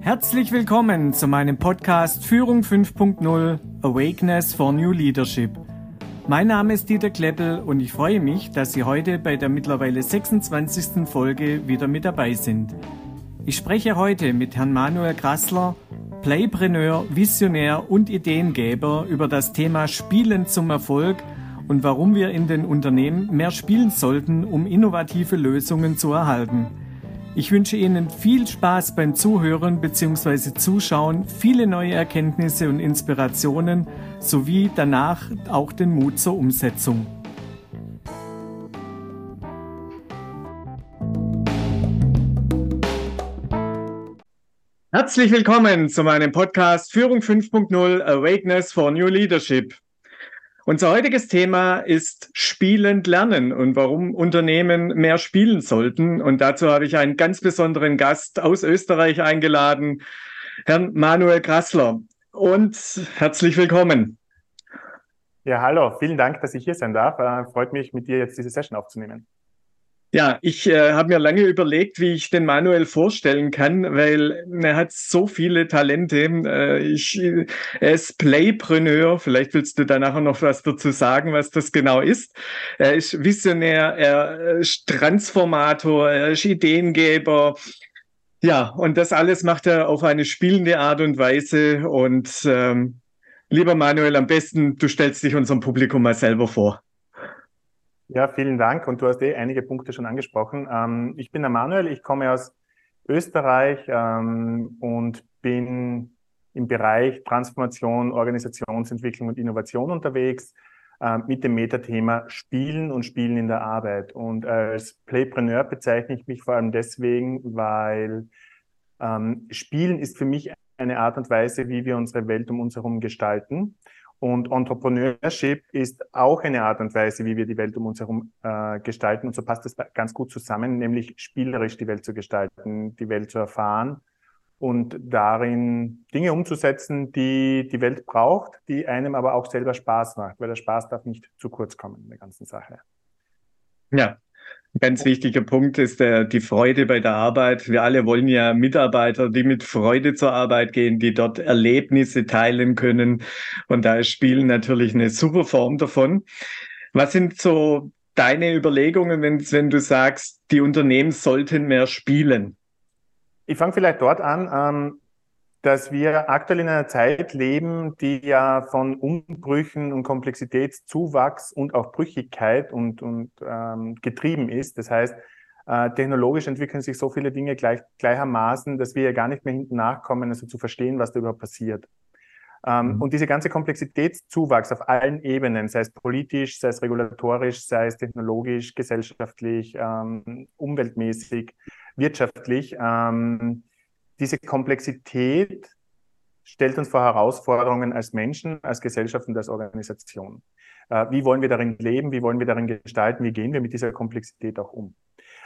Herzlich willkommen zu meinem Podcast Führung 5.0 Awakeness for New Leadership. Mein Name ist Dieter Kleppel und ich freue mich, dass Sie heute bei der mittlerweile 26. Folge wieder mit dabei sind. Ich spreche heute mit Herrn Manuel Grassler, Playpreneur, Visionär und Ideengeber über das Thema Spielen zum Erfolg und warum wir in den Unternehmen mehr spielen sollten, um innovative Lösungen zu erhalten. Ich wünsche Ihnen viel Spaß beim Zuhören bzw. Zuschauen, viele neue Erkenntnisse und Inspirationen sowie danach auch den Mut zur Umsetzung. Herzlich willkommen zu meinem Podcast Führung 5.0 Awakeness for New Leadership. Unser heutiges Thema ist Spielend lernen und warum Unternehmen mehr spielen sollten. Und dazu habe ich einen ganz besonderen Gast aus Österreich eingeladen, Herrn Manuel Grassler. Und herzlich willkommen. Ja, hallo, vielen Dank, dass ich hier sein darf. Freut mich, mit dir jetzt diese Session aufzunehmen. Ja, ich habe mir lange überlegt, wie ich den Manuel vorstellen kann, weil er hat so viele Talente. Er ist Playpreneur. Vielleicht willst du da nachher noch was dazu sagen, was das genau ist. Er ist Visionär, er ist Transformator, er ist Ideengeber. Ja, und das alles macht er auf eine spielende Art und Weise. Und lieber Manuel, am besten, du stellst dich unserem Publikum mal selber vor. Ja, vielen Dank. Und du hast einige Punkte schon angesprochen. Ich bin der Manuel, ich komme aus Österreich und bin im Bereich Transformation, Organisationsentwicklung und Innovation unterwegs mit dem Metathema Spielen und Spielen in der Arbeit. Und als Playpreneur bezeichne ich mich vor allem deswegen, weil Spielen ist für mich eine Art und Weise, wie wir unsere Welt um uns herum gestalten. Und Entrepreneurship ist auch eine Art und Weise, wie wir die Welt um uns herum gestalten. Und so passt es ganz gut zusammen, nämlich spielerisch die Welt zu gestalten, die Welt zu erfahren und darin Dinge umzusetzen, die die Welt braucht, die einem aber auch selber Spaß macht, weil der Spaß darf nicht zu kurz kommen in der ganzen Sache. Ja. Ein ganz wichtiger Punkt ist die Freude bei der Arbeit. Wir alle wollen ja Mitarbeiter, die mit Freude zur Arbeit gehen, die dort Erlebnisse teilen können. Und da ist Spielen natürlich eine super Form davon. Was sind so deine Überlegungen, wenn du sagst, die Unternehmen sollten mehr spielen? Ich fange vielleicht dort an, dass wir aktuell in einer Zeit leben, die ja von Umbrüchen und Komplexitätszuwachs und auch Brüchigkeit und getrieben ist. Das heißt, technologisch entwickeln sich so viele Dinge gleichermaßen, dass wir ja gar nicht mehr hinten nachkommen, also zu verstehen, was da überhaupt passiert. Und diese ganze Komplexitätszuwachs auf allen Ebenen, sei es politisch, sei es regulatorisch, sei es technologisch, gesellschaftlich, umweltmäßig, wirtschaftlich, diese Komplexität stellt uns vor Herausforderungen als Menschen, als Gesellschaft und als Organisation. Wie wollen wir darin leben? Wie wollen wir darin gestalten? Wie gehen wir mit dieser Komplexität auch um?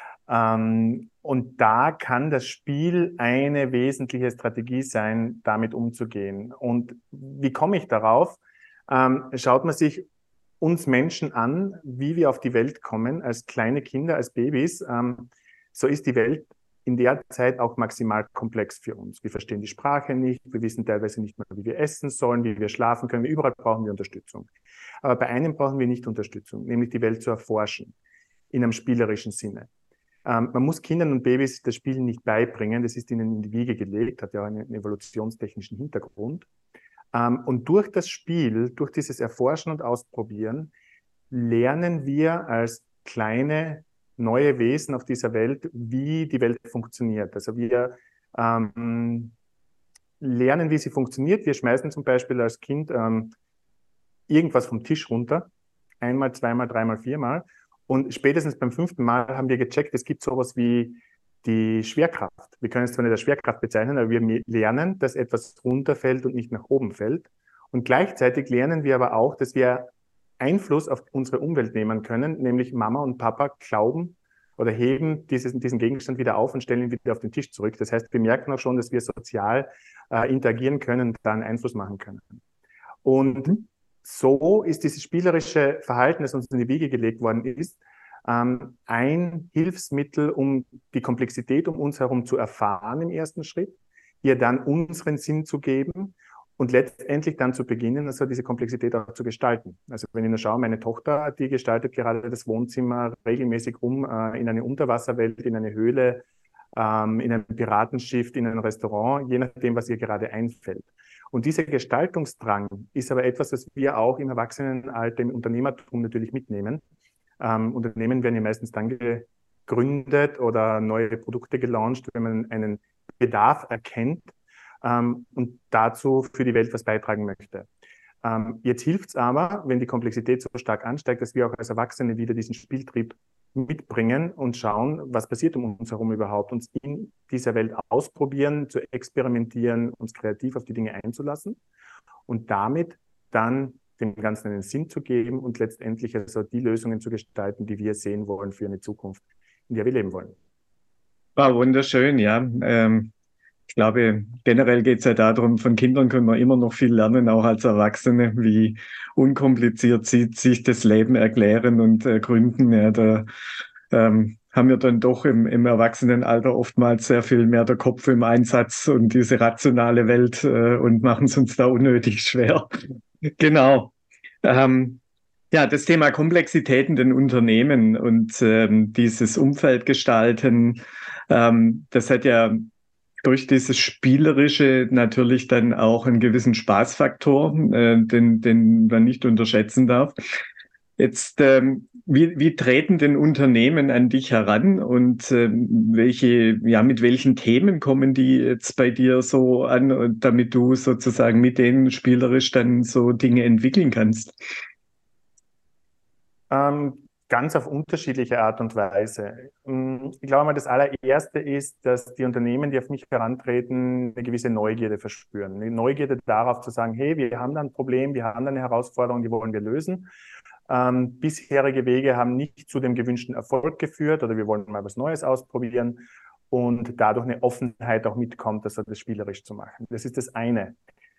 Und da kann das Spiel eine wesentliche Strategie sein, damit umzugehen. Und wie komme ich darauf? Schaut man sich uns Menschen an, wie wir auf die Welt kommen, als kleine Kinder, als Babys, so ist die Welt in der Zeit auch maximal komplex für uns. Wir verstehen die Sprache nicht, wir wissen teilweise nicht mehr, wie wir essen sollen, wie wir schlafen können. Überall brauchen wir Unterstützung. Aber bei einem brauchen wir nicht Unterstützung, nämlich die Welt zu erforschen, in einem spielerischen Sinne. Man muss Kindern und Babys das Spielen nicht beibringen, das ist ihnen in die Wiege gelegt, hat ja auch einen evolutionstechnischen Hintergrund. Und durch das Spiel, durch dieses Erforschen und Ausprobieren, lernen wir als kleine neue Wesen auf dieser Welt, wie die Welt funktioniert. Also wir lernen, wie sie funktioniert. Wir schmeißen zum Beispiel als Kind irgendwas vom Tisch runter. Einmal, zweimal, dreimal, viermal. Und spätestens beim 5. Mal haben wir gecheckt, es gibt sowas wie die Schwerkraft. Wir können es zwar nicht als Schwerkraft bezeichnen, aber wir lernen, dass etwas runterfällt und nicht nach oben fällt. Und gleichzeitig lernen wir aber auch, dass wir Einfluss auf unsere Umwelt nehmen können, nämlich Mama und Papa glauben oder heben diesen Gegenstand wieder auf und stellen ihn wieder auf den Tisch zurück. Das heißt, wir merken auch schon, dass wir sozial interagieren können und da einen Einfluss machen können. Und so ist dieses spielerische Verhalten, das uns in die Wiege gelegt worden ist, ein Hilfsmittel, um die Komplexität um uns herum zu erfahren im ersten Schritt, ihr dann unseren Sinn zu geben und letztendlich dann zu beginnen, also diese Komplexität auch zu gestalten. Also wenn ich nur schaue, meine Tochter, die gestaltet gerade das Wohnzimmer regelmäßig in eine Unterwasserwelt, in eine Höhle, in ein Piratenschiff, in ein Restaurant, je nachdem, was ihr gerade einfällt. Und dieser Gestaltungsdrang ist aber etwas, was wir auch im Erwachsenenalter, im Unternehmertum natürlich mitnehmen. Unternehmen werden ja meistens dann gegründet oder neue Produkte gelauncht, wenn man einen Bedarf erkennt und dazu für die Welt was beitragen möchte. Jetzt hilft es aber, wenn die Komplexität so stark ansteigt, dass wir auch als Erwachsene wieder diesen Spieltrieb mitbringen und schauen, was passiert um uns herum überhaupt, uns in dieser Welt ausprobieren, zu experimentieren, uns kreativ auf die Dinge einzulassen und damit dann dem Ganzen einen Sinn zu geben und letztendlich also die Lösungen zu gestalten, die wir sehen wollen für eine Zukunft, in der wir leben wollen. War wunderschön, ja. Ich glaube, generell geht es ja darum, von Kindern können wir immer noch viel lernen, auch als Erwachsene, wie unkompliziert sie sich das Leben erklären und gründen. Ja, da haben wir dann doch im Erwachsenenalter oftmals sehr viel mehr der Kopf im Einsatz und diese rationale Welt und machen es uns da unnötig schwer. Genau. Ja, das Thema Komplexität in den Unternehmen und dieses Umfeld gestalten, das hat ja durch dieses Spielerische natürlich dann auch einen gewissen Spaßfaktor, den man nicht unterschätzen darf. Jetzt, wie treten denn Unternehmen an dich heran und mit welchen Themen kommen die jetzt bei dir so an, und damit du sozusagen mit denen spielerisch dann so Dinge entwickeln kannst? Ganz auf unterschiedliche Art und Weise. Ich glaube mal, das allererste ist, dass die Unternehmen, die auf mich herantreten, eine gewisse Neugierde verspüren. Eine Neugierde darauf zu sagen, hey, wir haben da ein Problem, wir haben da eine Herausforderung, die wollen wir lösen. Bisherige Wege haben nicht zu dem gewünschten Erfolg geführt oder wir wollen mal was Neues ausprobieren und dadurch eine Offenheit auch mitkommt, das spielerisch zu machen. Das ist das eine.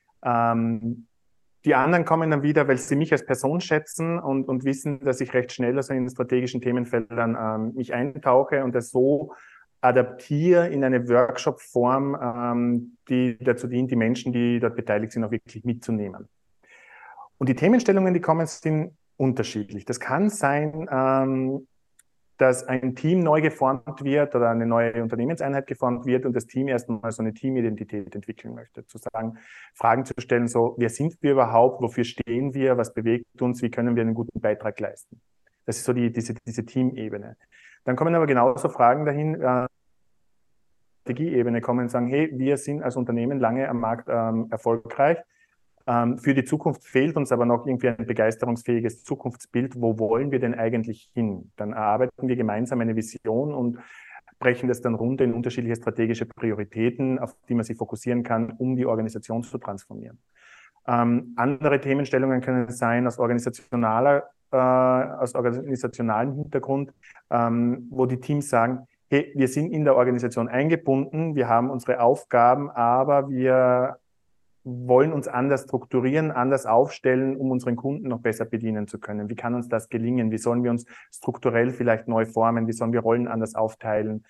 Die anderen kommen dann wieder, weil sie mich als Person schätzen und wissen, dass ich recht schnell also in strategischen Themenfeldern mich eintauche und das so adaptiere in eine Workshop-Form, die dazu dient, die Menschen, die dort beteiligt sind, auch wirklich mitzunehmen. Und die Themenstellungen, die kommen, sind unterschiedlich. Das kann sein, dass ein Team neu geformt wird oder eine neue Unternehmenseinheit geformt wird und das Team erstmal so eine Teamidentität entwickeln möchte. Zu sagen, Fragen zu stellen, so, wer sind wir überhaupt, wofür stehen wir, was bewegt uns, wie können wir einen guten Beitrag leisten. Das ist so diese Teamebene. Dann kommen aber genauso Fragen dahin, Strategieebene kommen und sagen, hey, wir sind als Unternehmen lange am Markt erfolgreich. Für die Zukunft fehlt uns aber noch irgendwie ein begeisterungsfähiges Zukunftsbild. Wo wollen wir denn eigentlich hin? Dann erarbeiten wir gemeinsam eine Vision und brechen das dann runter in unterschiedliche strategische Prioritäten, auf die man sich fokussieren kann, um die Organisation zu transformieren. Andere Themenstellungen können sein aus organisationalem Hintergrund, wo die Teams sagen, hey, wir sind in der Organisation eingebunden, wir haben unsere Aufgaben, aber wir wollen uns anders strukturieren, anders aufstellen, um unseren Kunden noch besser bedienen zu können. Wie kann uns das gelingen? Wie sollen wir uns strukturell vielleicht neu formen? Wie sollen wir Rollen anders aufteilen?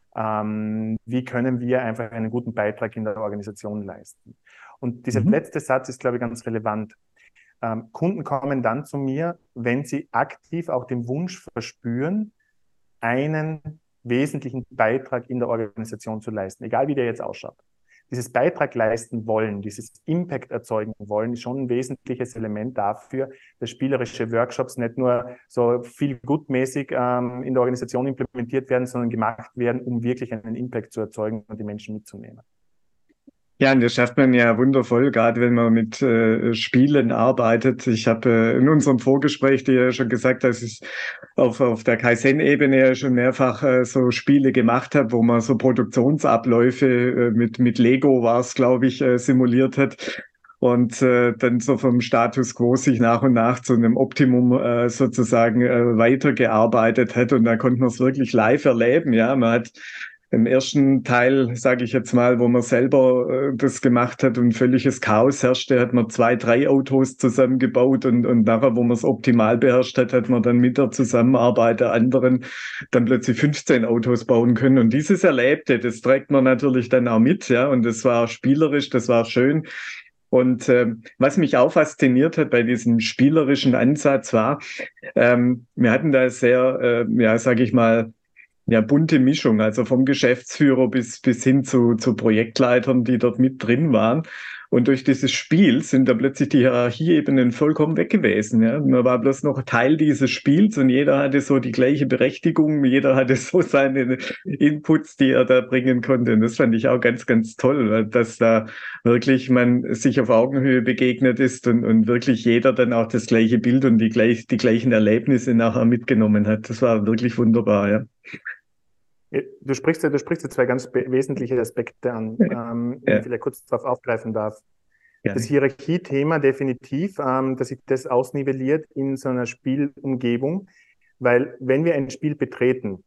Wie können wir einfach einen guten Beitrag in der Organisation leisten? Und dieser letzte Satz ist, glaube ich, ganz relevant. Kunden kommen dann zu mir, wenn sie aktiv auch den Wunsch verspüren, einen wesentlichen Beitrag in der Organisation zu leisten, egal wie der jetzt ausschaut. Dieses Beitrag leisten wollen, dieses Impact erzeugen wollen, ist schon ein wesentliches Element dafür, dass spielerische Workshops nicht nur so viel gutmäßig in der Organisation implementiert werden, sondern gemacht werden, um wirklich einen Impact zu erzeugen und die Menschen mitzunehmen. Ja, und das schafft man ja wundervoll, gerade wenn man mit Spielen arbeitet. Ich habe in unserem Vorgespräch dir ja schon gesagt, dass ich auf der Kaizen-Ebene ja schon mehrfach so Spiele gemacht habe, wo man so Produktionsabläufe mit Lego war es, glaube ich, simuliert hat. Und dann so vom Status quo sich nach und nach zu einem Optimum sozusagen weitergearbeitet hat. Und da konnte man es wirklich live erleben. Ja, man hat im ersten Teil, sage ich jetzt mal, wo man selber das gemacht hat und völliges Chaos herrschte, hat man 2, 3 Autos zusammengebaut und nachher, wo man es optimal beherrscht hat, hat man dann mit der Zusammenarbeit der anderen dann plötzlich 15 Autos bauen können. Und dieses Erlebte, das trägt man natürlich dann auch mit, ja, und das war spielerisch, das war schön. Und was mich auch fasziniert hat bei diesem spielerischen Ansatz war, wir hatten da sehr, ja, sage ich mal, ja, bunte Mischung, also vom Geschäftsführer bis hin zu Projektleitern, die dort mit drin waren. Und durch dieses Spiel sind da plötzlich die Hierarchieebenen vollkommen weg gewesen. Ja. Man war bloß noch Teil dieses Spiels und jeder hatte so die gleiche Berechtigung, jeder hatte so seine Inputs, die er da bringen konnte. Und das fand ich auch ganz, ganz toll, weil dass da wirklich man sich auf Augenhöhe begegnet ist und wirklich jeder dann auch das gleiche Bild und die gleichen Erlebnisse nachher mitgenommen hat. Das war wirklich wunderbar, ja. Du sprichst jetzt zwei ganz wesentliche Aspekte an, wenn ich vielleicht kurz darauf aufgreifen darf. Ja. Das Hierarchiethema definitiv, dass sich das ausnivelliert in so einer Spielumgebung, weil wenn wir ein Spiel betreten,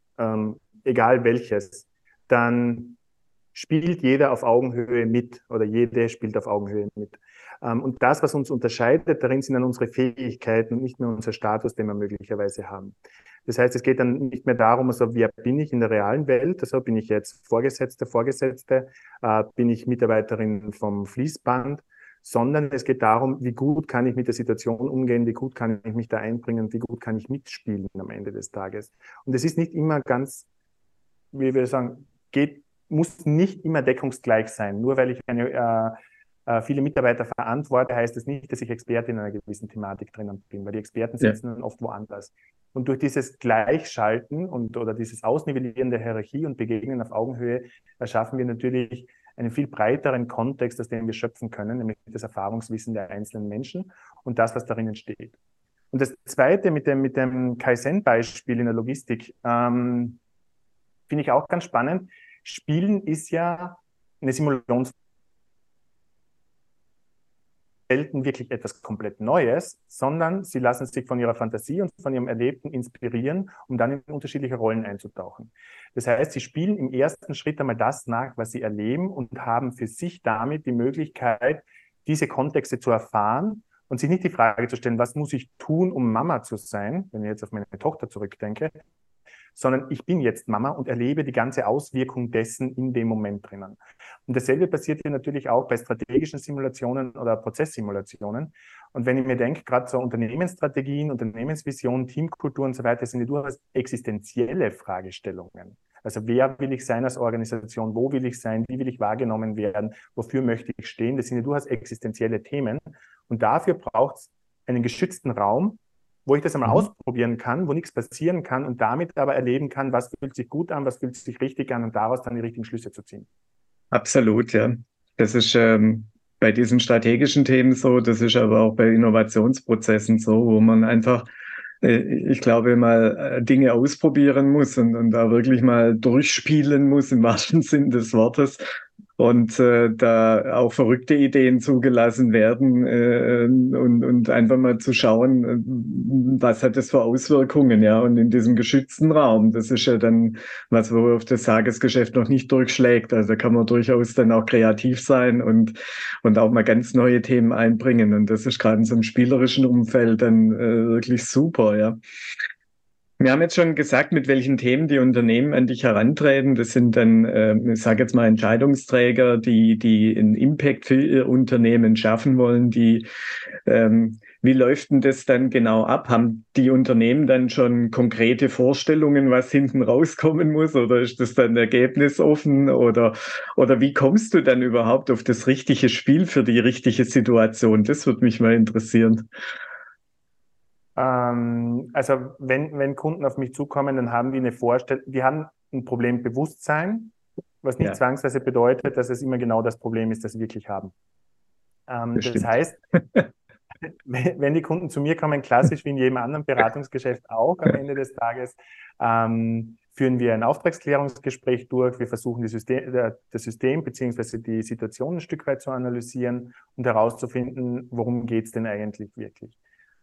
egal welches, dann spielt jeder auf Augenhöhe mit oder jede spielt auf Augenhöhe mit. Und das, was uns unterscheidet, darin sind dann unsere Fähigkeiten und nicht nur unser Status, den wir möglicherweise haben. Das heißt, es geht dann nicht mehr darum, also wer bin ich in der realen Welt, also bin ich jetzt Vorgesetzte, bin ich Mitarbeiterin vom Fließband, sondern es geht darum, wie gut kann ich mit der Situation umgehen, wie gut kann ich mich da einbringen, wie gut kann ich mitspielen am Ende des Tages. Und es ist nicht immer ganz, wie wir sagen, muss nicht immer deckungsgleich sein. Nur weil ich viele Mitarbeiter verantworte, heißt das nicht, dass ich Experte in einer gewissen Thematik drinnen bin, weil die Experten sitzen dann oft woanders. Und durch dieses Gleichschalten oder dieses Ausnivellieren der Hierarchie und Begegnen auf Augenhöhe erschaffen wir natürlich einen viel breiteren Kontext, aus dem wir schöpfen können, nämlich das Erfahrungswissen der einzelnen Menschen und das, was darin entsteht. Und das Zweite mit dem Kaizen-Beispiel in der Logistik finde ich auch ganz spannend. Spielen ist ja eine Simulationsform. Selten wirklich etwas komplett Neues, sondern sie lassen sich von ihrer Fantasie und von ihrem Erlebten inspirieren, um dann in unterschiedliche Rollen einzutauchen. Das heißt, sie spielen im ersten Schritt einmal das nach, was sie erleben und haben für sich damit die Möglichkeit, diese Kontexte zu erfahren und sich nicht die Frage zu stellen, was muss ich tun, um Mama zu sein, wenn ich jetzt auf meine Tochter zurückdenke, sondern ich bin jetzt Mama und erlebe die ganze Auswirkung dessen in dem Moment drinnen. Und dasselbe passiert hier natürlich auch bei strategischen Simulationen oder Prozesssimulationen. Und wenn ich mir denke, gerade so Unternehmensstrategien, Unternehmensvisionen, Teamkultur und so weiter, sind ja durchaus existenzielle Fragestellungen. Also wer will ich sein als Organisation, wo will ich sein, wie will ich wahrgenommen werden, wofür möchte ich stehen, das sind ja durchaus existenzielle Themen. Und dafür braucht es einen geschützten Raum, wo ich das einmal ausprobieren kann, wo nichts passieren kann und damit aber erleben kann, was fühlt sich gut an, was fühlt sich richtig an und daraus dann die richtigen Schlüsse zu ziehen. Absolut, ja. Das ist bei diesen strategischen Themen so, das ist aber auch bei Innovationsprozessen so, wo man einfach, ich glaube, mal Dinge ausprobieren muss und da wirklich mal durchspielen muss, im wahrsten Sinn des Wortes. Und da auch verrückte Ideen zugelassen werden und einfach mal zu schauen, was hat das für Auswirkungen, ja. Und in diesem geschützten Raum, das ist ja dann was, wo auf das Tagesgeschäft noch nicht durchschlägt. Also da kann man durchaus dann auch kreativ sein und auch mal ganz neue Themen einbringen. Und das ist gerade in so einem spielerischen Umfeld dann wirklich super, ja. Wir haben jetzt schon gesagt, mit welchen Themen die Unternehmen an dich herantreten. Das sind dann, ich sage jetzt mal, Entscheidungsträger, die einen Impact für ihr Unternehmen schaffen wollen. Wie läuft denn das dann genau ab? Haben die Unternehmen dann schon konkrete Vorstellungen, was hinten rauskommen muss? Oder ist das dann ergebnisoffen? Oder wie kommst du dann überhaupt auf das richtige Spiel für die richtige Situation? Das würde mich mal interessieren. Also wenn Kunden auf mich zukommen, dann haben die eine Vorstellung, die haben ein Problembewusstsein, was nicht zwangsweise bedeutet, dass es immer genau das Problem ist, das sie wirklich haben. Das heißt, wenn die Kunden zu mir kommen, klassisch wie in jedem anderen Beratungsgeschäft auch am Ende des Tages, führen wir ein Auftragsklärungsgespräch durch. Wir versuchen das System bzw. die Situation ein Stück weit zu analysieren und herauszufinden, worum geht es denn eigentlich wirklich.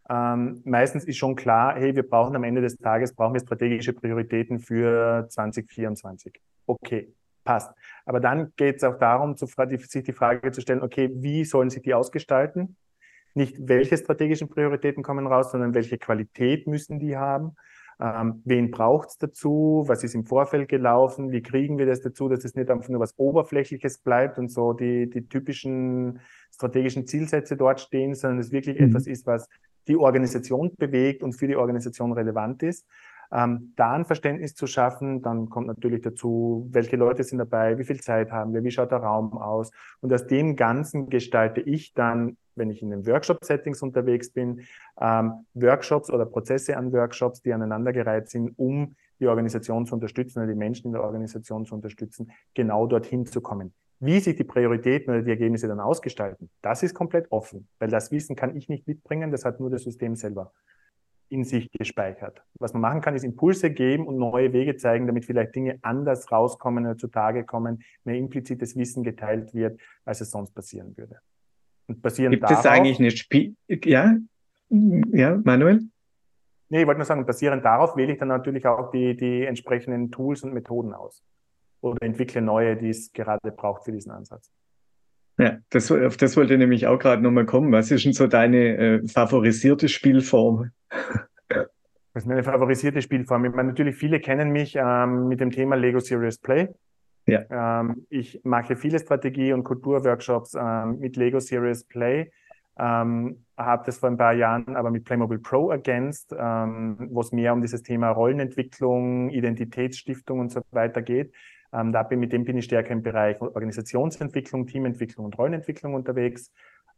Meistens ist schon klar, hey, wir brauchen am Ende des Tages, brauchen wir strategische Prioritäten für 2024. Okay, passt. Aber dann geht es auch darum, sich die Frage zu stellen, okay, wie sollen sich die ausgestalten? Nicht welche strategischen Prioritäten kommen raus, sondern welche Qualität müssen die haben? Wen braucht es dazu? Was ist im Vorfeld gelaufen? Wie kriegen wir das dazu, dass es nicht einfach nur was Oberflächliches bleibt und so die typischen strategischen Zielsätze dort stehen, sondern es wirklich etwas ist, was die Organisation bewegt und für die Organisation relevant ist. Da ein Verständnis zu schaffen, dann kommt natürlich dazu, welche Leute sind dabei, wie viel Zeit haben wir, wie schaut der Raum aus. Und aus dem Ganzen gestalte ich dann, wenn ich in den Workshop-Settings unterwegs bin, Workshops oder Prozesse an Workshops, die aneinandergereiht sind, um die Organisation zu unterstützen oder die Menschen in der Organisation zu unterstützen, genau dorthin zu kommen. Wie sich die Prioritäten oder die Ergebnisse dann ausgestalten, das ist komplett offen, weil das Wissen kann ich nicht mitbringen, das hat nur das System selber in sich gespeichert. Was man machen kann, ist Impulse geben und neue Wege zeigen, damit vielleicht Dinge anders rauskommen oder zutage kommen, mehr implizites Wissen geteilt wird, als es sonst passieren würde. Und basierend Gibt es darauf, eigentlich eine Ja? Ja, Manuel? nee, ich wollte nur sagen, basierend darauf wähle ich dann natürlich auch die entsprechenden Tools und Methoden aus oder entwickle neue, die es gerade braucht für diesen Ansatz. Ja, auf das wollte ich nämlich auch gerade nochmal kommen. Was ist denn so deine favorisierte Spielform? Das ist meine favorisierte Spielform. Ich meine, natürlich viele kennen mich mit dem Thema Lego Serious Play. Ja. Ich mache viele Strategie- und Kulturworkshops mit Lego Serious Play. Habe das vor ein paar Jahren aber mit Playmobil Pro ergänzt, wo es mehr um dieses Thema Rollenentwicklung, Identitätsstiftung und so weiter geht. Mit dem bin ich stärker im Bereich Organisationsentwicklung, Teamentwicklung und Rollenentwicklung unterwegs.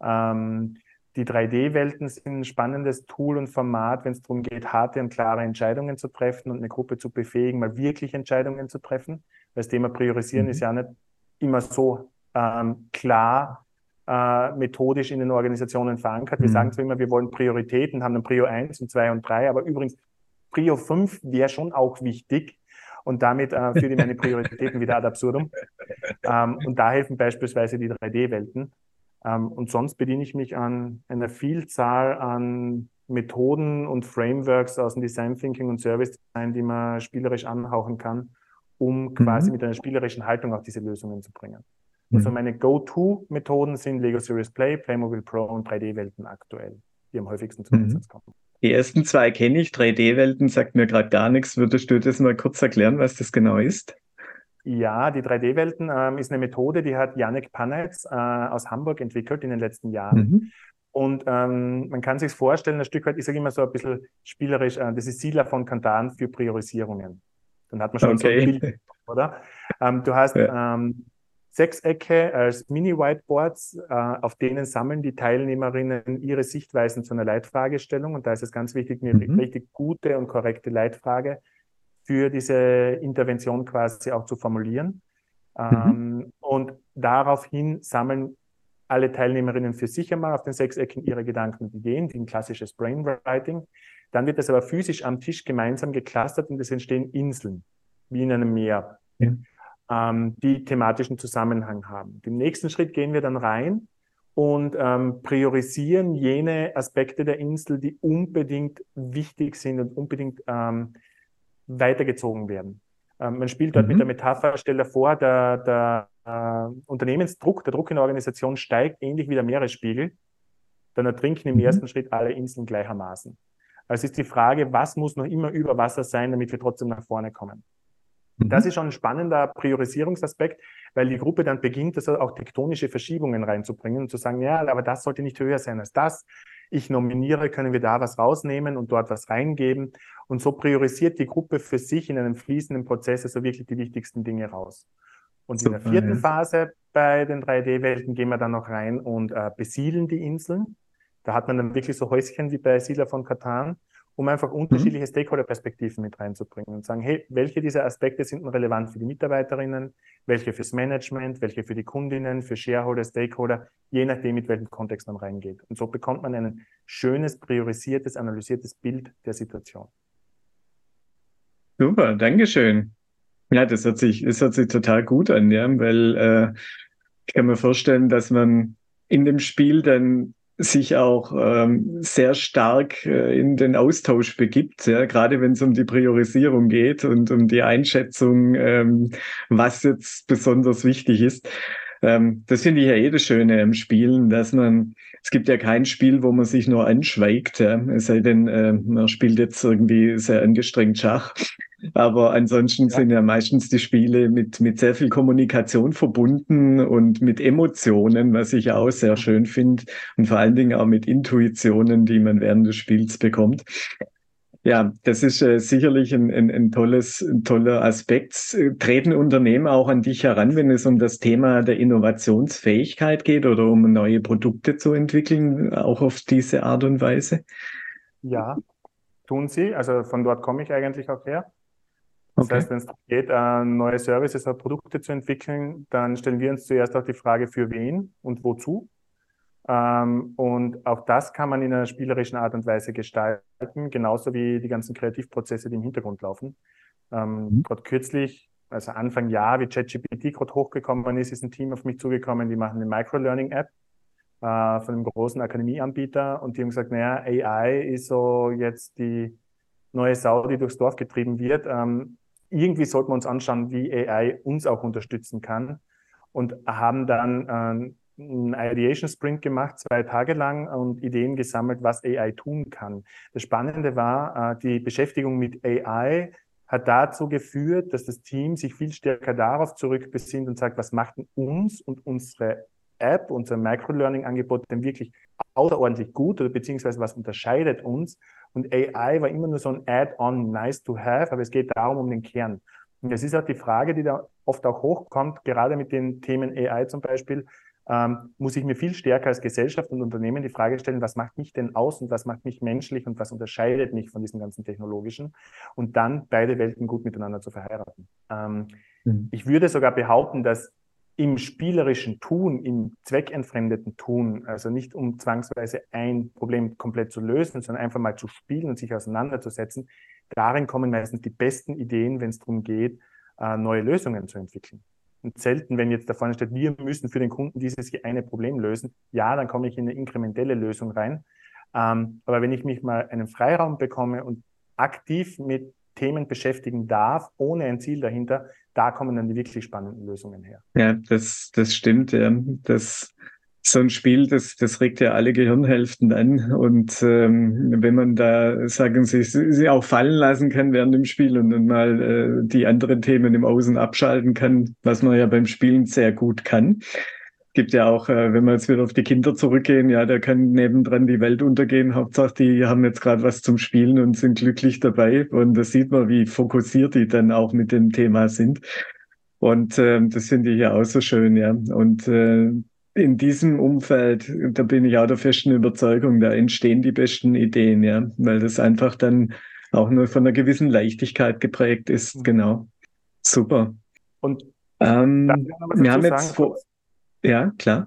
Die 3D-Welten sind ein spannendes Tool und Format, wenn es darum geht, harte und klare Entscheidungen zu treffen und eine Gruppe zu befähigen, mal wirklich Entscheidungen zu treffen. Weil das Thema Priorisieren ist ja nicht immer so klar methodisch in den Organisationen verankert. Wir sagen zwar immer, wir wollen Prioritäten, haben dann Prio 1 und 2 und 3, aber übrigens Prio 5 wäre schon auch wichtig. Und damit führe ich meine Prioritäten wieder ad absurdum. Und da helfen beispielsweise die 3D-Welten. Und sonst bediene ich mich an einer Vielzahl an Methoden und Frameworks aus dem Design Thinking und Service Design, die man spielerisch anhauchen kann, um quasi mit einer spielerischen Haltung auch diese Lösungen zu bringen. Also meine Go-To-Methoden sind Lego Serious Play, Playmobil Pro und 3D-Welten aktuell, die am häufigsten zum Einsatz kommen. Die ersten zwei kenne ich, 3D-Welten sagt mir gerade gar nichts. Würdest du das mal kurz erklären, was das genau ist? Ja, die 3D-Welten ist eine Methode, die hat Janek Panetz aus Hamburg entwickelt in den letzten Jahren. Und man kann sich vorstellen, ein Stück weit, ich sage immer so ein bisschen spielerisch, das ist Siedler von Katan für Priorisierungen. Dann hat man schon so ein Bild, oder? Du hast Sechsecke als Mini-Whiteboards, auf denen sammeln die Teilnehmerinnen ihre Sichtweisen zu einer Leitfragestellung. Und da ist es ganz wichtig, eine richtig gute und korrekte Leitfrage für diese Intervention quasi auch zu formulieren. Und daraufhin sammeln alle Teilnehmerinnen für sich einmal auf den Sechsecken ihre Gedanken und Ideen, wie ein klassisches Brainwriting. Dann wird das aber physisch am Tisch gemeinsam geclustert und es entstehen Inseln, wie in einem Meer, die thematischen Zusammenhang haben. Im nächsten Schritt gehen wir dann rein und priorisieren jene Aspekte der Insel, die unbedingt wichtig sind und unbedingt weitergezogen werden. Man spielt dort mit der Metapher, stell dir vor, der Unternehmensdruck, der Druck in der Organisation steigt, ähnlich wie der Meeresspiegel. Dann ertrinken im ersten Schritt alle Inseln gleichermaßen. Also ist die Frage, was muss noch immer über Wasser sein, damit wir trotzdem nach vorne kommen? Das ist schon ein spannender Priorisierungsaspekt, weil die Gruppe dann beginnt, also auch tektonische Verschiebungen reinzubringen und zu sagen, ja, aber das sollte nicht höher sein als das. Ich nominiere, können wir da was rausnehmen und dort was reingeben. Und so priorisiert die Gruppe für sich in einem fließenden Prozess also wirklich die wichtigsten Dinge raus. Und in der vierten Phase bei den 3D-Welten gehen wir dann noch rein und besiedeln die Inseln. Da hat man dann wirklich so Häuschen wie bei Siedler von Katan, um einfach unterschiedliche Stakeholder-Perspektiven mit reinzubringen und sagen, hey, welche dieser Aspekte sind denn relevant für die Mitarbeiterinnen, welche fürs Management, welche für die Kundinnen, für Shareholder, Stakeholder, je nachdem, mit welchem Kontext man reingeht. Und so bekommt man ein schönes, priorisiertes, analysiertes Bild der Situation. Super, Dankeschön. Ja, das hört sich total gut an, ja, weil ich kann mir vorstellen, dass man in dem Spiel dann sich auch sehr stark in den Austausch begibt, ja, gerade wenn es um die Priorisierung geht und um die Einschätzung, was jetzt besonders wichtig ist. Das finde ich ja das Schöne am Spielen, dass es gibt ja kein Spiel, wo man sich nur anschweigt, ja, es sei denn, man spielt jetzt irgendwie sehr angestrengt Schach. Aber ansonsten Ja. sind ja meistens die Spiele mit sehr viel Kommunikation verbunden und mit Emotionen, was ich auch sehr schön finde und vor allen Dingen auch mit Intuitionen, die man während des Spiels bekommt. Ja, das ist sicherlich ein toller Aspekt. Treten Unternehmen auch an dich heran, wenn es um das Thema der Innovationsfähigkeit geht oder um neue Produkte zu entwickeln, auch auf diese Art und Weise? Ja, tun sie. Also von dort komme ich eigentlich auch her. Das Okay. heißt, wenn es darum geht, neue Services oder Produkte zu entwickeln, dann stellen wir uns zuerst auch die Frage, für wen und wozu. Und auch das kann man in einer spielerischen Art und Weise gestalten, genauso wie die ganzen Kreativprozesse, die im Hintergrund laufen. Gerade kürzlich, also Anfang Jahr, wie ChatGPT gerade hochgekommen ist ein Team auf mich zugekommen, die machen eine Microlearning-App von einem großen Akademieanbieter und die haben gesagt, naja, AI ist so jetzt die neue Sau, die durchs Dorf getrieben wird. Irgendwie sollten wir uns anschauen, wie AI uns auch unterstützen kann und haben dann einen Ideation Sprint gemacht, 2 Tage lang und Ideen gesammelt, was AI tun kann. Das Spannende war, die Beschäftigung mit AI hat dazu geführt, dass das Team sich viel stärker darauf zurückbesinnt und sagt, was macht denn uns und unsere App, unser Microlearning-Angebot denn wirklich außerordentlich gut oder beziehungsweise was unterscheidet uns? Und AI war immer nur so ein Add-on, nice to have, aber es geht darum, um den Kern. Und das ist auch die Frage, die da oft auch hochkommt, gerade mit den Themen AI zum Beispiel, muss ich mir viel stärker als Gesellschaft und Unternehmen die Frage stellen, was macht mich denn aus und was macht mich menschlich und was unterscheidet mich von diesem ganzen Technologischen und dann beide Welten gut miteinander zu verheiraten. Ich würde sogar behaupten, dass im spielerischen Tun, im zweckentfremdeten Tun, also nicht um zwangsweise ein Problem komplett zu lösen, sondern einfach mal zu spielen und sich auseinanderzusetzen, darin kommen meistens die besten Ideen, wenn es darum geht, neue Lösungen zu entwickeln. Und selten, wenn jetzt da vorne steht, wir müssen für den Kunden dieses eine Problem lösen, ja, dann komme ich in eine inkrementelle Lösung rein. Aber wenn ich mich mal einen Freiraum bekomme und aktiv mit Themen beschäftigen darf, ohne ein Ziel dahinter, da kommen dann die wirklich spannenden Lösungen her. Ja, das stimmt, ja. So ein Spiel, das regt ja alle Gehirnhälften an. Und wenn man da, sagen sie auch fallen lassen kann während dem Spiel und dann mal die anderen Themen im Außen abschalten kann, was man ja beim Spielen sehr gut kann. Gibt ja auch, wenn wir jetzt wieder auf die Kinder zurückgehen, ja, da kann nebendran die Welt untergehen. Hauptsache, die haben jetzt gerade was zum Spielen und sind glücklich dabei. Und da sieht man, wie fokussiert die dann auch mit dem Thema sind. Und das finde ich ja auch so schön, ja. Und in diesem Umfeld, da bin ich auch der festen Überzeugung, da entstehen die besten Ideen, ja, weil das einfach dann auch nur von einer gewissen Leichtigkeit geprägt ist. Genau. Super. Und darf ich noch was wir dazu haben sagen? jetzt ja, klar.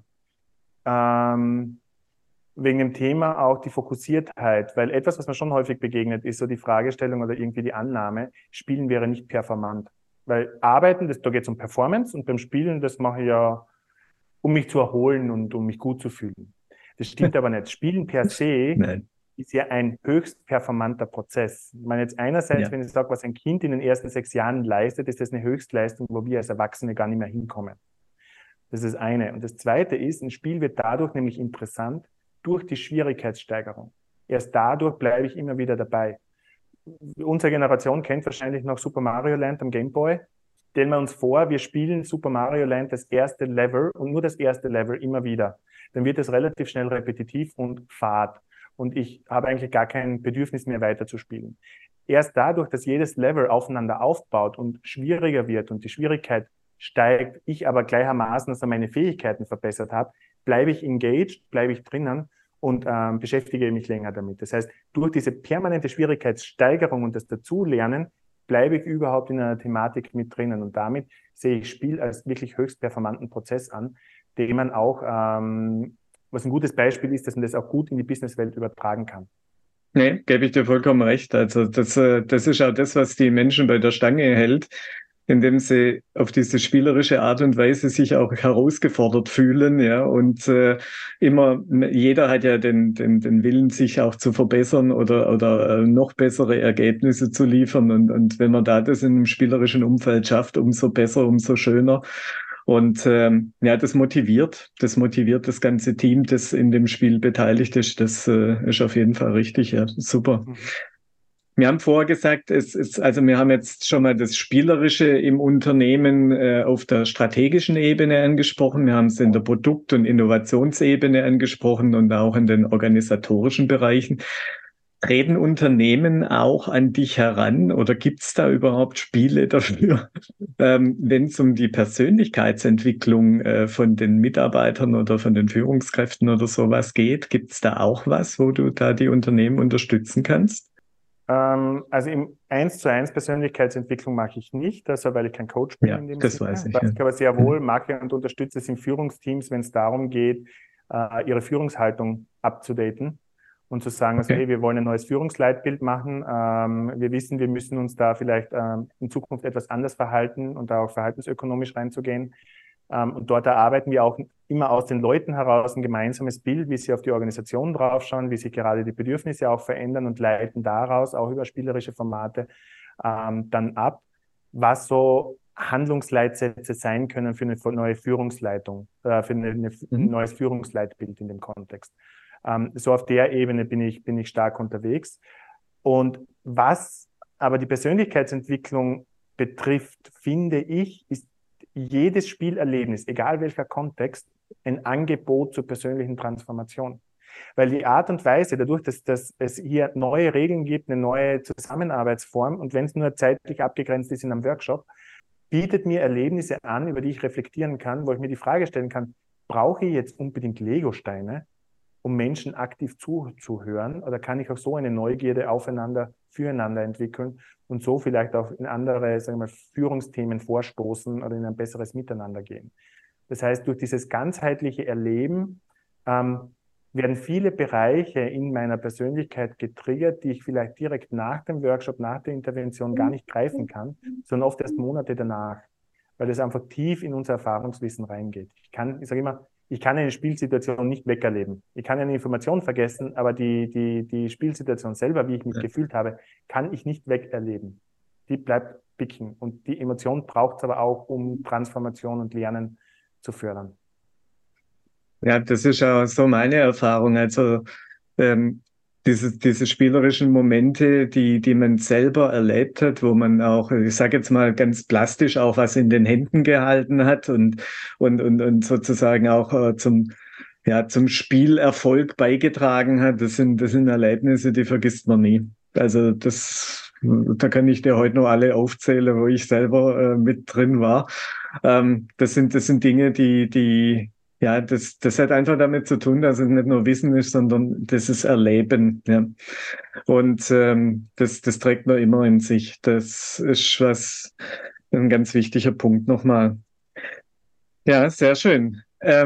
Wegen dem Thema auch die Fokussiertheit, weil etwas, was mir schon häufig begegnet, ist so die Fragestellung oder irgendwie die Annahme, Spielen wäre nicht performant. Weil Arbeiten, da geht es um Performance und beim Spielen, das mache ich ja, um mich zu erholen und um mich gut zu fühlen. Das stimmt aber nicht. Spielen per se Nein. ist ja ein höchst performanter Prozess. Ich meine jetzt einerseits, wenn ich sage, was ein Kind in den ersten 6 Jahren leistet, ist das eine Höchstleistung, wo wir als Erwachsene gar nicht mehr hinkommen. Das ist das eine. Und das zweite ist, ein Spiel wird dadurch nämlich interessant durch die Schwierigkeitssteigerung. Erst dadurch bleibe ich immer wieder dabei. Unsere Generation kennt wahrscheinlich noch Super Mario Land am Game Boy. Stellen wir uns vor, wir spielen Super Mario Land das erste Level und nur das erste Level immer wieder. Dann wird es relativ schnell repetitiv und fad. Und ich habe eigentlich gar kein Bedürfnis mehr weiter zu spielen. Erst dadurch, dass jedes Level aufeinander aufbaut und schwieriger wird und die Schwierigkeit steigt, ich aber gleichermaßen also meine Fähigkeiten verbessert habe, bleibe ich engaged, bleibe ich drinnen und beschäftige mich länger damit. Das heißt, durch diese permanente Schwierigkeitssteigerung und das Dazulernen bleibe ich überhaupt in einer Thematik mit drinnen. Und damit sehe ich Spiel als wirklich höchst performanten Prozess an, den man auch, was ein gutes Beispiel ist, dass man das auch gut in die Businesswelt übertragen kann. Nee, gebe ich dir vollkommen recht. Also das ist auch das, was die Menschen bei der Stange hält. indem sie auf diese spielerische Art und Weise sich auch herausgefordert fühlen, ja, und immer, jeder hat ja den Willen, sich auch zu verbessern oder noch bessere Ergebnisse zu liefern, und wenn man da das in einem spielerischen Umfeld schafft, umso besser, umso schöner. Und ja, das motiviert das ganze Team, das in dem Spiel beteiligt ist. Das ist auf jeden Fall richtig, ja, super. Mhm. Wir haben vorher gesagt, also wir haben jetzt schon mal das Spielerische im Unternehmen auf der strategischen Ebene angesprochen. Wir haben es in der Produkt- und Innovationsebene angesprochen und auch in den organisatorischen Bereichen. Treten Unternehmen auch an dich heran oder gibt es da überhaupt Spiele dafür, wenn es um die Persönlichkeitsentwicklung von den Mitarbeitern oder von den Führungskräften oder sowas geht? Gibt es da auch was, wo du da die Unternehmen unterstützen kannst? Also im 1:1 Persönlichkeitsentwicklung mache ich nicht, also weil ich kein Coach bin Ja, in dem das Sinne. weiß ich. Was Ja. ich aber sehr wohl mache und unterstütze, sind Führungsteams, wenn es darum geht, ihre Führungshaltung abzudaten und zu sagen, also Okay. hey, wir wollen ein neues Führungsleitbild machen. Wir wissen, wir müssen uns da vielleicht in Zukunft etwas anders verhalten und da auch verhaltensökonomisch reinzugehen. Und dort erarbeiten wir auch immer aus den Leuten heraus ein gemeinsames Bild, wie sie auf die Organisation draufschauen, wie sich gerade die Bedürfnisse auch verändern und leiten daraus auch über spielerische Formate dann ab, was so Handlungsleitsätze sein können für eine neue Führungsleitung, für ein neues Führungsleitbild in dem Kontext. So auf der Ebene bin ich stark unterwegs. Und was aber die Persönlichkeitsentwicklung betrifft, finde ich, ist jedes Spielerlebnis, egal welcher Kontext, ein Angebot zur persönlichen Transformation. Weil die Art und Weise, dadurch, dass es hier neue Regeln gibt, eine neue Zusammenarbeitsform und wenn es nur zeitlich abgegrenzt ist in einem Workshop, bietet mir Erlebnisse an, über die ich reflektieren kann, wo ich mir die Frage stellen kann, brauche ich jetzt unbedingt Lego-Steine, um Menschen aktiv zuzuhören, oder kann ich auch so eine Neugierde aufeinander, füreinander entwickeln und so vielleicht auch in andere, sagen wir mal, Führungsthemen vorstoßen oder in ein besseres Miteinander gehen. Das heißt, durch dieses ganzheitliche Erleben werden viele Bereiche in meiner Persönlichkeit getriggert, die ich vielleicht direkt nach dem Workshop, nach der Intervention gar nicht greifen kann, sondern oft erst Monate danach, weil das einfach tief in unser Erfahrungswissen reingeht. Ich sage immer, ich kann eine Spielsituation nicht wegerleben. Ich kann eine Information vergessen, aber die Spielsituation selber, wie ich mich gefühlt habe, kann ich nicht wegerleben. Die bleibt picken. Und die Emotion braucht es aber auch, um Transformation und Lernen zu fördern. Ja, das ist auch so meine Erfahrung. Also diese spielerischen Momente, die man selber erlebt hat, wo man auch, ich sage jetzt mal ganz plastisch, auch was in den Händen gehalten hat und sozusagen auch zum Spielerfolg beigetragen hat, das sind Erlebnisse, die vergisst man nie. Also da kann ich dir heute noch alle aufzählen, wo ich selber mit drin war. Das sind Dinge, ja, das hat einfach damit zu tun, dass es nicht nur Wissen ist, sondern das ist Erleben. Ja. Und das trägt man immer in sich. Das ist ein ganz wichtiger Punkt nochmal. Ja, sehr schön.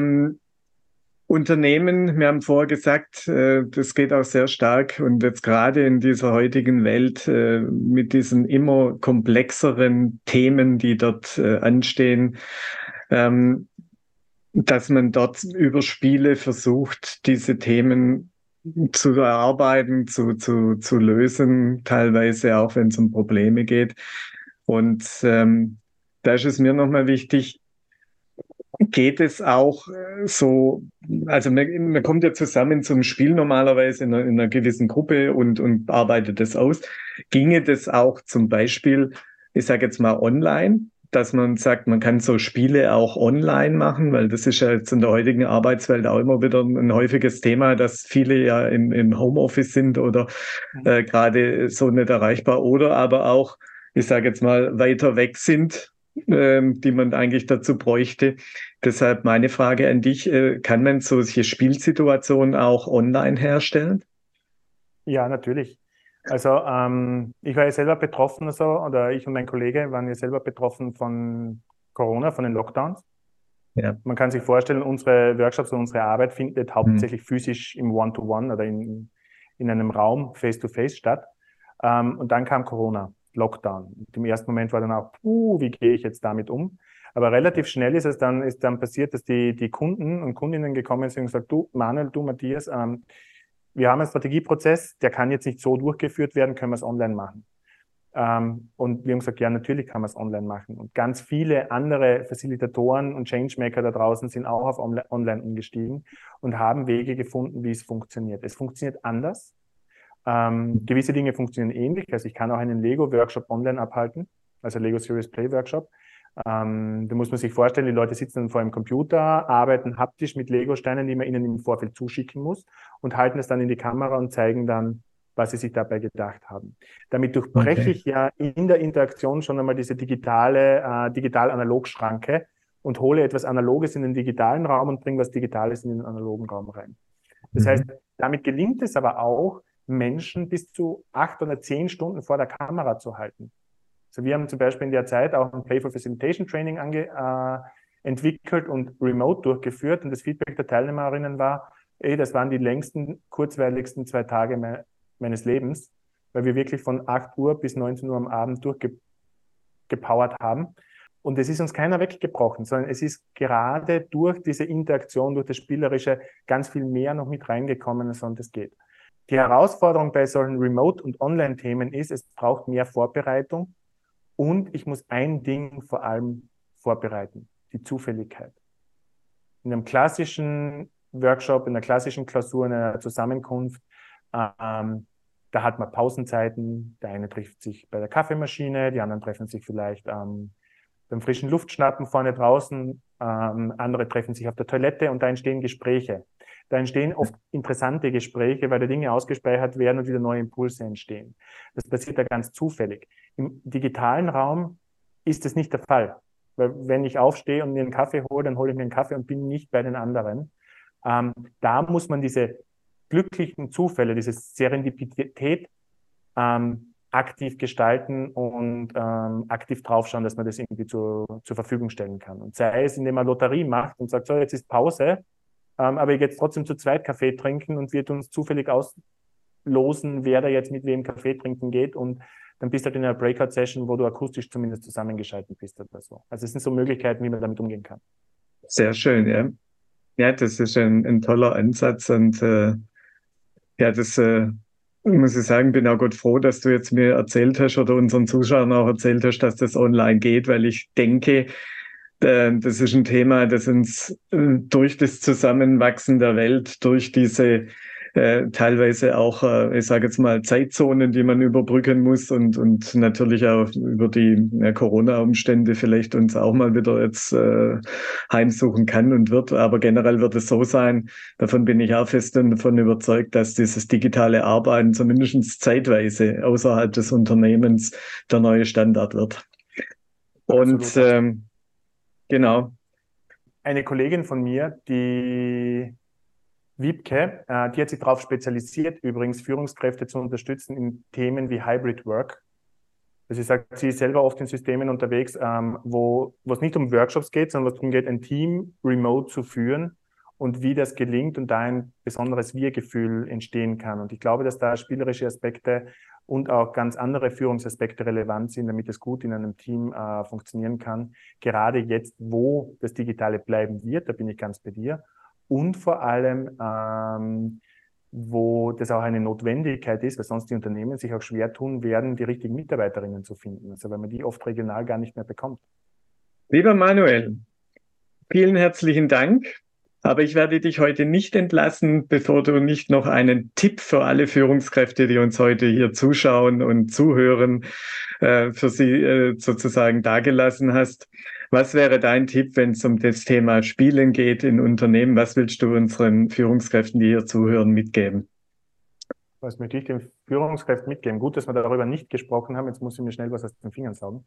Unternehmen, wir haben vorher gesagt, das geht auch sehr stark und jetzt gerade in dieser heutigen Welt mit diesen immer komplexeren Themen, die dort anstehen, dass man dort über Spiele versucht, diese Themen zu erarbeiten, zu lösen, teilweise auch, wenn es um Probleme geht. Und da ist es mir nochmal wichtig, geht es auch so, also man kommt ja zusammen zum Spiel normalerweise in einer gewissen Gruppe und arbeitet das aus. Ginge das auch zum Beispiel, ich sage jetzt mal online, dass man sagt, man kann so Spiele auch online machen, weil das ist ja jetzt in der heutigen Arbeitswelt auch immer wieder ein häufiges Thema, dass viele ja im Homeoffice sind oder gerade so nicht erreichbar oder aber auch, ich sage jetzt mal, weiter weg sind, die man eigentlich dazu bräuchte. Deshalb meine Frage an dich, kann man solche Spielsituationen auch online herstellen? Ja, natürlich. Also ich war ja selber betroffen, oder ich und mein Kollege waren ja selber betroffen von Corona, von den Lockdowns. Ja. Man kann sich vorstellen, unsere Workshops und unsere Arbeit findet hauptsächlich physisch im One-to-One oder in einem Raum face-to-face statt. Und dann kam Corona. Lockdown. Und im ersten Moment war dann auch, wie gehe ich jetzt damit um? Aber relativ schnell ist dann passiert, dass die Kunden und Kundinnen gekommen sind und gesagt, du Manuel, du Matthias, wir haben einen Strategieprozess, der kann jetzt nicht so durchgeführt werden, können wir es online machen? Und wir haben gesagt, ja, natürlich kann man es online machen. Und ganz viele andere Facilitatoren und Changemaker da draußen sind auch auf online umgestiegen und haben Wege gefunden, wie es funktioniert. Es funktioniert anders. Gewisse Dinge funktionieren ähnlich. Also ich kann auch einen Lego-Workshop online abhalten, also Lego Serious Play Workshop. Da muss man sich vorstellen, die Leute sitzen dann vor einem Computer, arbeiten haptisch mit Lego-Steinen, die man ihnen im Vorfeld zuschicken muss und halten es dann in die Kamera und zeigen dann, was sie sich dabei gedacht haben. Damit durchbreche ich ja in der Interaktion schon einmal diese Digital-Analog-Schranke und hole etwas Analoges in den digitalen Raum und bringe was Digitales in den analogen Raum rein. Das heißt, damit gelingt es aber auch, Menschen bis zu 8 oder 10 Stunden vor der Kamera zu halten. Also wir haben zum Beispiel in der Zeit auch ein Playful Facilitation Training entwickelt und remote durchgeführt und das Feedback der Teilnehmerinnen war, das waren die längsten, kurzweiligsten 2 Tage meines Lebens, weil wir wirklich von 8 Uhr bis 19 Uhr am Abend durchgepowert haben. Und es ist uns keiner weggebrochen, sondern es ist gerade durch diese Interaktion, durch das Spielerische ganz viel mehr noch mit reingekommen, als sonst es geht. Die Herausforderung bei solchen Remote- und Online-Themen ist, es braucht mehr Vorbereitung und ich muss ein Ding vor allem vorbereiten, die Zufälligkeit. In einem klassischen Workshop, in einer klassischen Klausur, in einer Zusammenkunft, da hat man Pausenzeiten, der eine trifft sich bei der Kaffeemaschine, die anderen treffen sich vielleicht beim frischen Luftschnappen vorne draußen, andere treffen sich auf der Toilette und da entstehen Gespräche. Da entstehen oft interessante Gespräche, weil da Dinge ausgespeichert werden und wieder neue Impulse entstehen. Das passiert da ganz zufällig. Im digitalen Raum ist das nicht der Fall. Weil wenn ich aufstehe und mir einen Kaffee hole, dann hole ich mir einen Kaffee und bin nicht bei den anderen. Da muss man diese glücklichen Zufälle, diese Serendipität aktiv gestalten und aktiv draufschauen, dass man das irgendwie zur Verfügung stellen kann. Und sei es, indem man Lotterie macht und sagt, so, jetzt ist Pause, aber ich gehe jetzt trotzdem zu zweit Kaffee trinken und wir uns zufällig auslosen, wer da jetzt mit wem Kaffee trinken geht und dann bist du halt in einer Breakout-Session, wo du akustisch zumindest zusammengeschaltet bist oder so. Also es sind so Möglichkeiten, wie man damit umgehen kann. Sehr schön, ja. Ja, das ist ein toller Ansatz und ja, das muss ich sagen, bin auch Gott froh, dass du jetzt mir erzählt hast oder unseren Zuschauern auch erzählt hast, dass das online geht, weil ich denke, das ist ein Thema, das uns durch das Zusammenwachsen der Welt, durch diese teilweise auch, ich sage jetzt mal, Zeitzonen, die man überbrücken muss und natürlich auch über die Corona-Umstände vielleicht uns auch mal wieder jetzt heimsuchen kann und wird. Aber generell wird es so sein, davon bin ich auch fest davon überzeugt, dass dieses digitale Arbeiten zumindest zeitweise außerhalb des Unternehmens der neue Standard wird. Und genau. Eine Kollegin von mir, die Wiebke, die hat sich darauf spezialisiert, übrigens Führungskräfte zu unterstützen in Themen wie Hybrid Work. Also sie sagt, sie ist selber oft in Systemen unterwegs, wo es nicht um Workshops geht, sondern wo es darum geht, ein Team remote zu führen und wie das gelingt und da ein besonderes Wir-Gefühl entstehen kann. Und ich glaube, dass da spielerische Aspekte und auch ganz andere Führungsaspekte relevant sind, damit es gut in einem Team funktionieren kann. Gerade jetzt, wo das Digitale bleiben wird, da bin ich ganz bei dir. Und vor allem, wo das auch eine Notwendigkeit ist, weil sonst die Unternehmen sich auch schwer tun werden, die richtigen Mitarbeiterinnen zu finden. Also weil man die oft regional gar nicht mehr bekommt. Lieber Manuel, vielen herzlichen Dank. Aber ich werde dich heute nicht entlassen, bevor du nicht noch einen Tipp für alle Führungskräfte, die uns heute hier zuschauen und zuhören, für sie sozusagen dargelassen hast. Was wäre dein Tipp, wenn es um das Thema Spielen geht in Unternehmen? Was willst du unseren Führungskräften, die hier zuhören, mitgeben? Was möchte ich den Führungskräften mitgeben? Gut, dass wir darüber nicht gesprochen haben. Jetzt muss ich mir schnell was aus den Fingern saugen.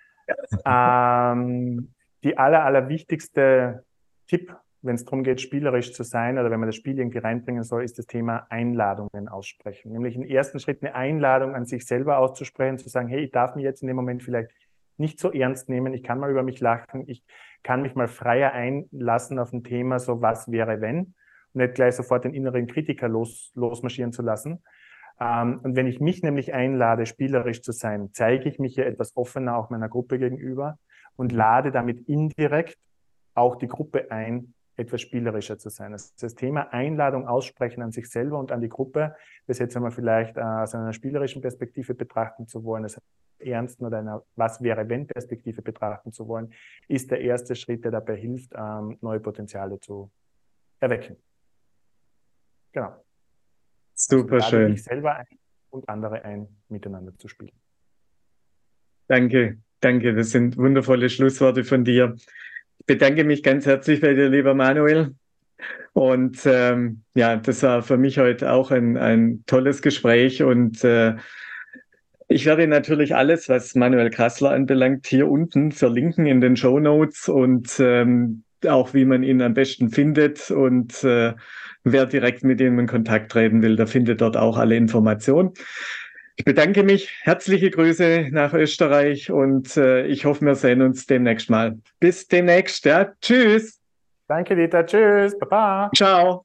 Die allerwichtigste Tipp, wenn es darum geht, spielerisch zu sein oder wenn man das Spiel irgendwie reinbringen soll, ist das Thema Einladungen aussprechen. Nämlich im ersten Schritt eine Einladung an sich selber auszusprechen, zu sagen, hey, ich darf mich jetzt in dem Moment vielleicht nicht so ernst nehmen, ich kann mal über mich lachen, ich kann mich mal freier einlassen auf ein Thema, so was wäre wenn, und nicht gleich sofort den inneren Kritiker losmarschieren zu lassen. Und wenn ich mich nämlich einlade, spielerisch zu sein, zeige ich mich ja etwas offener auch meiner Gruppe gegenüber und lade damit indirekt auch die Gruppe ein, etwas spielerischer zu sein. Das Thema Einladung aussprechen an sich selber und an die Gruppe, das jetzt einmal vielleicht aus einer spielerischen Perspektive betrachten zu wollen, das ernsten oder einer Was-wäre-wenn-Perspektive betrachten zu wollen, ist der erste Schritt, der dabei hilft, neue Potenziale zu erwecken. Genau. Super also schön. Dich selber ein und andere ein, miteinander zu spielen. Danke, danke. Das sind wundervolle Schlussworte von dir. Ich bedanke mich ganz herzlich bei dir, lieber Manuel. Und ja, das war für mich heute auch ein tolles Gespräch. Und ich werde natürlich alles, was Manuel Grassler anbelangt, hier unten verlinken in den Shownotes und auch wie man ihn am besten findet. Und wer direkt mit ihm in Kontakt treten will, der findet dort auch alle Informationen. Ich bedanke mich. Herzliche Grüße nach Österreich und ich hoffe, wir sehen uns demnächst mal. Bis demnächst. Ja. Tschüss. Danke, Dieter. Tschüss. Baba. Ciao.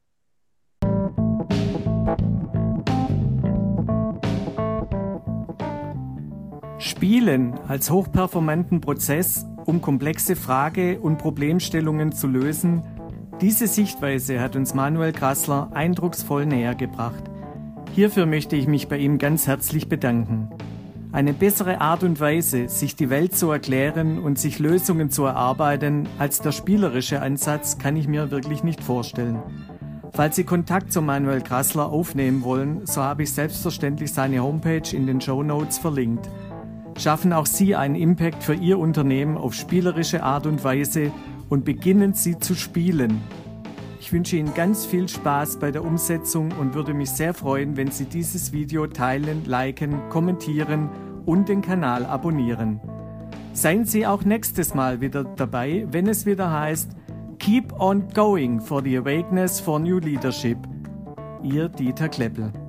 Spielen als hochperformanten Prozess, um komplexe Frage- und Problemstellungen zu lösen, diese Sichtweise hat uns Manuel Grassler eindrucksvoll nähergebracht. Hierfür möchte ich mich bei ihm ganz herzlich bedanken. Eine bessere Art und Weise, sich die Welt zu erklären und sich Lösungen zu erarbeiten, als der spielerische Ansatz, kann ich mir wirklich nicht vorstellen. Falls Sie Kontakt zu Manuel Grassler aufnehmen wollen, so habe ich selbstverständlich seine Homepage in den Shownotes verlinkt. Schaffen auch Sie einen Impact für Ihr Unternehmen auf spielerische Art und Weise und beginnen Sie zu spielen. Ich wünsche Ihnen ganz viel Spaß bei der Umsetzung und würde mich sehr freuen, wenn Sie dieses Video teilen, liken, kommentieren und den Kanal abonnieren. Seien Sie auch nächstes Mal wieder dabei, wenn es wieder heißt Keep on going for the awakeness for new leadership. Ihr Dieter Kleppel.